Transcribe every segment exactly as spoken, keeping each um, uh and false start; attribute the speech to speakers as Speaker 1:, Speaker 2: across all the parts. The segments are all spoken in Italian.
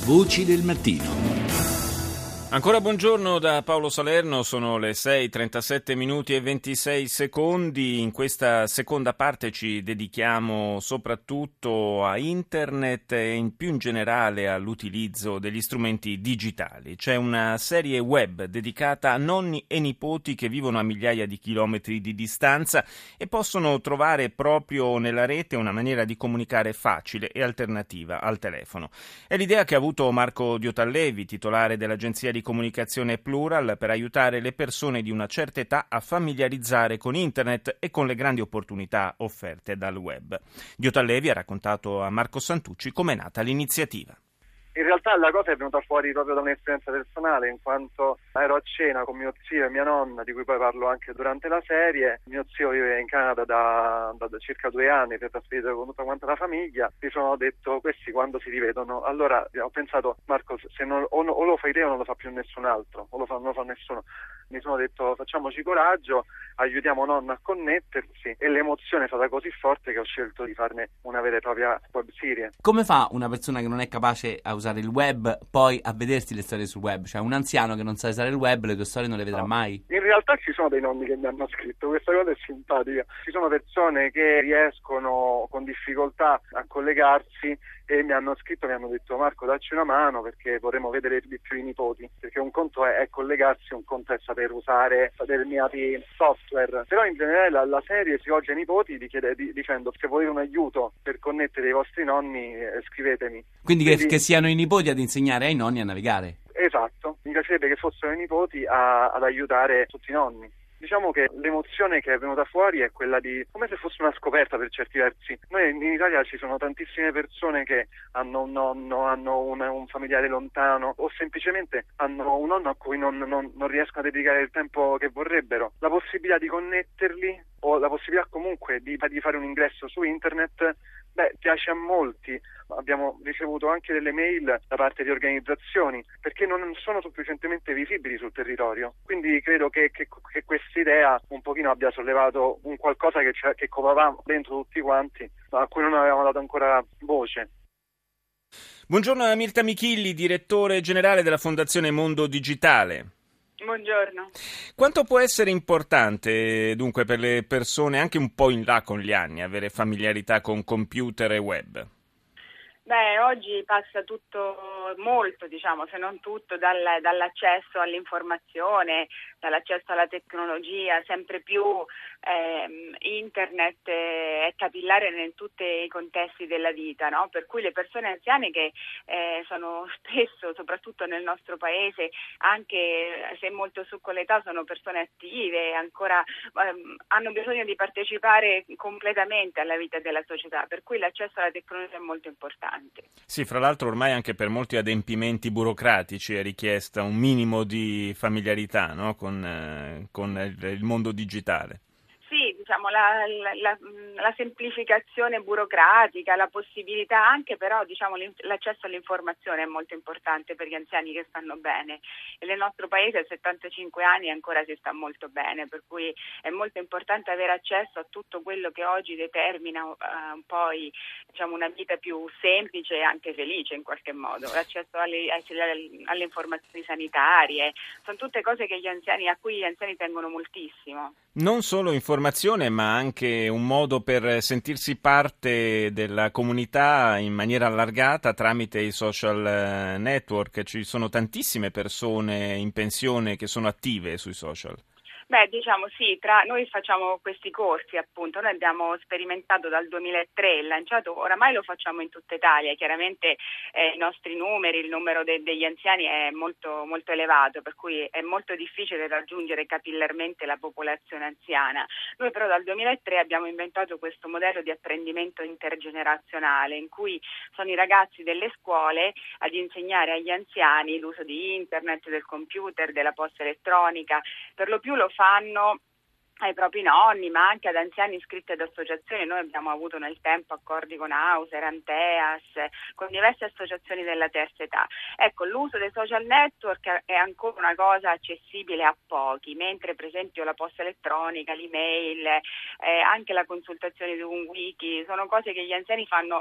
Speaker 1: Voci del mattino.
Speaker 2: Ancora buongiorno da Paolo Salerno, sono le sei e trentasette minuti e ventisei secondi. In questa seconda parte ci dedichiamo soprattutto a internet e in più in generale all'utilizzo degli strumenti digitali. C'è una serie web dedicata a nonni e nipoti che vivono a migliaia di chilometri di distanza e possono trovare proprio nella rete una maniera di comunicare facile e alternativa al telefono. È l'idea che ha avuto Marco Diotallevi, titolare dell'agenzia di comunicazione Plural, per aiutare le persone di una certa età a familiarizzare con internet e con le grandi opportunità offerte dal web. Diotallevi ha raccontato a Marco Santucci com'è nata l'iniziativa.
Speaker 3: In realtà la cosa è venuta fuori proprio da un'esperienza personale, in quanto ero a cena con mio zio e mia nonna, di cui poi parlo anche durante la serie. Mio zio vive in Canada da, da, da circa due anni, si è trasferito con tutta quanta la famiglia. Mi sono detto, questi quando si rivedono? Allora ho pensato, Marco, se non, o, o lo fai te o non lo fa più nessun altro, o lo fa, non lo fa nessuno. Mi sono detto, facciamoci coraggio, aiutiamo nonna a connettersi, e l'emozione è stata così forte che ho scelto di farne una vera e propria web serie.
Speaker 4: Come fa una persona che non è capace a usare il web poi a vedersi le storie sul web? Cioè un anziano che non sa usare il web le tue storie non le vedrà
Speaker 3: No.
Speaker 4: mai?
Speaker 3: In realtà ci sono dei nonni che mi hanno scritto, questa cosa è simpatica. Ci sono persone che riescono con difficoltà a collegarsi e mi hanno scritto, mi hanno detto, Marco, dacci una mano perché vorremmo vedere di più i nipoti, perché un conto è, è collegarsi, un conto è saper usare determinati software. Però in generale la, la serie si rivolge ai nipoti di chiede, di, dicendo, se volete un aiuto per connettere i vostri nonni, eh, scrivetemi.
Speaker 4: Quindi,
Speaker 3: Quindi
Speaker 4: che, che siano i nipoti ad insegnare ai nonni a navigare.
Speaker 3: Esatto, mi piacerebbe che fossero i nipoti a, ad aiutare tutti i nonni. Diciamo che l'emozione che è venuta fuori è quella di, come se fosse una scoperta per certi versi. Noi in Italia ci sono tantissime persone che hanno un nonno, hanno un, un familiare lontano, o semplicemente hanno un nonno a cui non, non, non riescono a dedicare il tempo che vorrebbero. La possibilità di connetterli, o la possibilità comunque di, di fare un ingresso su internet, beh, piace a molti. Abbiamo ricevuto anche delle mail da parte di organizzazioni perché non sono sufficientemente visibili sul territorio. Quindi credo che, che, che questa idea un pochino abbia sollevato un qualcosa che, che covavamo dentro tutti quanti, ma a cui non avevamo dato ancora voce.
Speaker 2: Buongiorno a Mirta Michilli, direttore generale della Fondazione Mondo Digitale.
Speaker 5: Buongiorno.
Speaker 2: Quanto può essere importante dunque per le persone anche un po' in là con gli anni avere familiarità con computer e web?
Speaker 5: Beh, oggi passa tutto, molto diciamo, se non tutto, dal, dall'accesso all'informazione, dall'accesso alla tecnologia. Sempre più ehm, internet è capillare in tutti i contesti della vita, no? Per cui le persone anziane che eh, sono spesso, soprattutto nel nostro paese, anche se molto su con l'età, sono persone attive, ancora ehm, hanno bisogno di partecipare completamente alla vita della società, per cui l'accesso alla tecnologia è molto importante.
Speaker 2: Sì, fra l'altro ormai anche per molti adempimenti burocratici è richiesta un minimo di familiarità, no? con, eh, con il, il mondo digitale.
Speaker 5: Sì, diciamo la, la, la, la semplificazione burocratica, la possibilità anche però diciamo l'accesso all'informazione è molto importante per gli anziani che stanno bene, e nel nostro paese a settantacinque anni ancora si sta molto bene, per cui è molto importante avere accesso a tutto quello che oggi determina uh, poi diciamo una vita più semplice e anche felice in qualche modo, l'accesso alle, alle, alle informazioni sanitarie, sono tutte cose che gli anziani, a cui gli anziani tengono moltissimo.
Speaker 2: Non solo informazione, ma anche un modo per sentirsi parte della comunità in maniera allargata tramite i social network. Ci sono tantissime persone in pensione che sono attive sui social.
Speaker 5: Beh, diciamo sì, tra noi facciamo questi corsi appunto, noi abbiamo sperimentato dal duemilatré, lanciato, oramai lo facciamo in tutta Italia, chiaramente eh, i nostri numeri, il numero de- degli anziani è molto, molto elevato, per cui è molto difficile raggiungere capillarmente la popolazione anziana. Noi però dal duemilatré abbiamo inventato questo modello di apprendimento intergenerazionale in cui sono i ragazzi delle scuole ad insegnare agli anziani l'uso di internet, del computer, della posta elettronica, per lo più lo fanno ai propri nonni, ma anche ad anziani iscritti ad associazioni. Noi abbiamo avuto nel tempo accordi con Auser, Anteas, con diverse associazioni della terza età. Ecco, l'uso dei social network è ancora una cosa accessibile a pochi, mentre per esempio la posta elettronica, l'email, eh, anche la consultazione di un wiki, sono cose che gli anziani fanno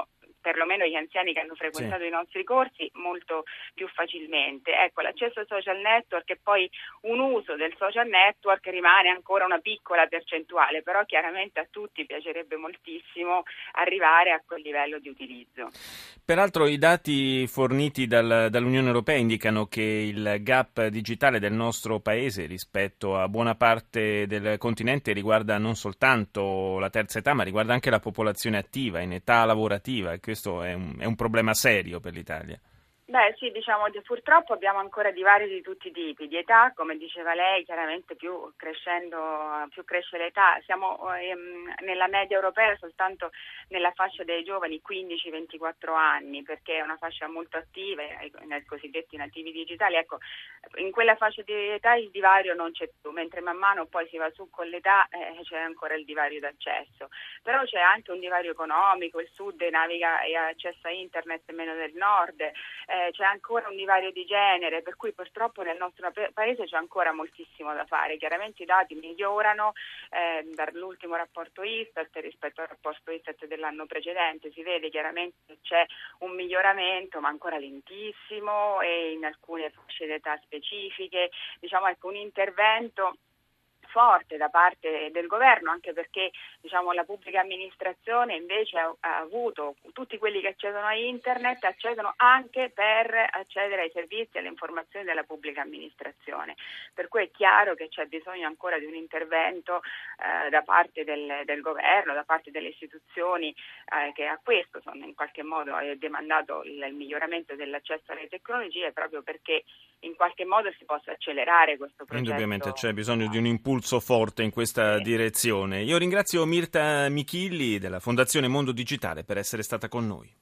Speaker 5: perlomeno gli anziani che hanno frequentato sì. i nostri corsi molto più facilmente. Ecco, l'accesso ai social network e poi un uso del social network rimane ancora una piccola percentuale, però chiaramente a tutti piacerebbe moltissimo arrivare a quel livello di utilizzo.
Speaker 2: Peraltro i dati forniti dal, dall'Unione Europea indicano che il gap digitale del nostro paese rispetto a buona parte del continente riguarda non soltanto la terza età, ma riguarda anche la popolazione attiva, in età lavorativa, e questo è un, è un problema serio per l'Italia.
Speaker 5: Beh sì, diciamo che purtroppo abbiamo ancora divari di tutti i tipi, di età, come diceva lei, chiaramente più crescendo, più cresce l'età, siamo ehm, nella media europea soltanto nella fascia dei giovani quindici ventiquattro anni, perché è una fascia molto attiva, nei cosiddetti nativi digitali, ecco, in quella fascia di età il divario non c'è più, mentre man mano poi si va su con l'età eh, c'è ancora il divario d'accesso, però c'è anche un divario economico, il sud naviga e ha accesso a internet meno del nord, eh, c'è ancora un divario di genere, per cui purtroppo nel nostro paese c'è ancora moltissimo da fare. Chiaramente i dati migliorano eh, dall'ultimo rapporto Istat rispetto al rapporto Istat dell'anno precedente, si vede chiaramente che c'è un miglioramento, ma ancora lentissimo e in alcune fasce d'età specifiche, diciamo ecco un intervento forte da parte del governo, anche perché diciamo la pubblica amministrazione invece ha, ha avuto tutti quelli che accedono a internet accedono anche per accedere ai servizi e alle informazioni della pubblica amministrazione, per cui è chiaro che c'è bisogno ancora di un intervento eh, da parte del, del governo, da parte delle istituzioni eh, che a questo sono in qualche modo eh, demandato il, il miglioramento dell'accesso alle tecnologie, proprio perché in qualche modo si possa accelerare questo processo.
Speaker 2: Indubbiamente c'è bisogno di un impulso forte in questa sì. direzione. Io ringrazio Mirta Michilli della Fondazione Mondo Digitale per essere stata con noi.